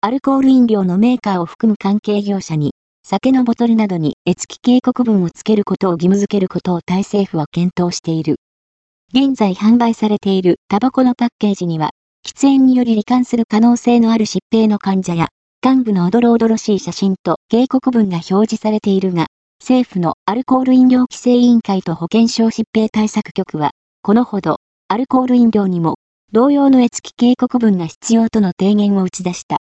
アルコール飲料のメーカーを含む関係業者に、酒のボトルなどに閲記警告文をつけることを義務付けることをタイ政府は検討している。現在販売されているタバコのパッケージには、喫煙により罹患する可能性のある疾病の患者や、患部のおどろおどろしい写真と警告文が表示されているが、政府のアルコール飲料規制委員会と保健省疾病対策局は、このほど、アルコール飲料にも、同様の閲記警告文が必要との提言を打ち出した。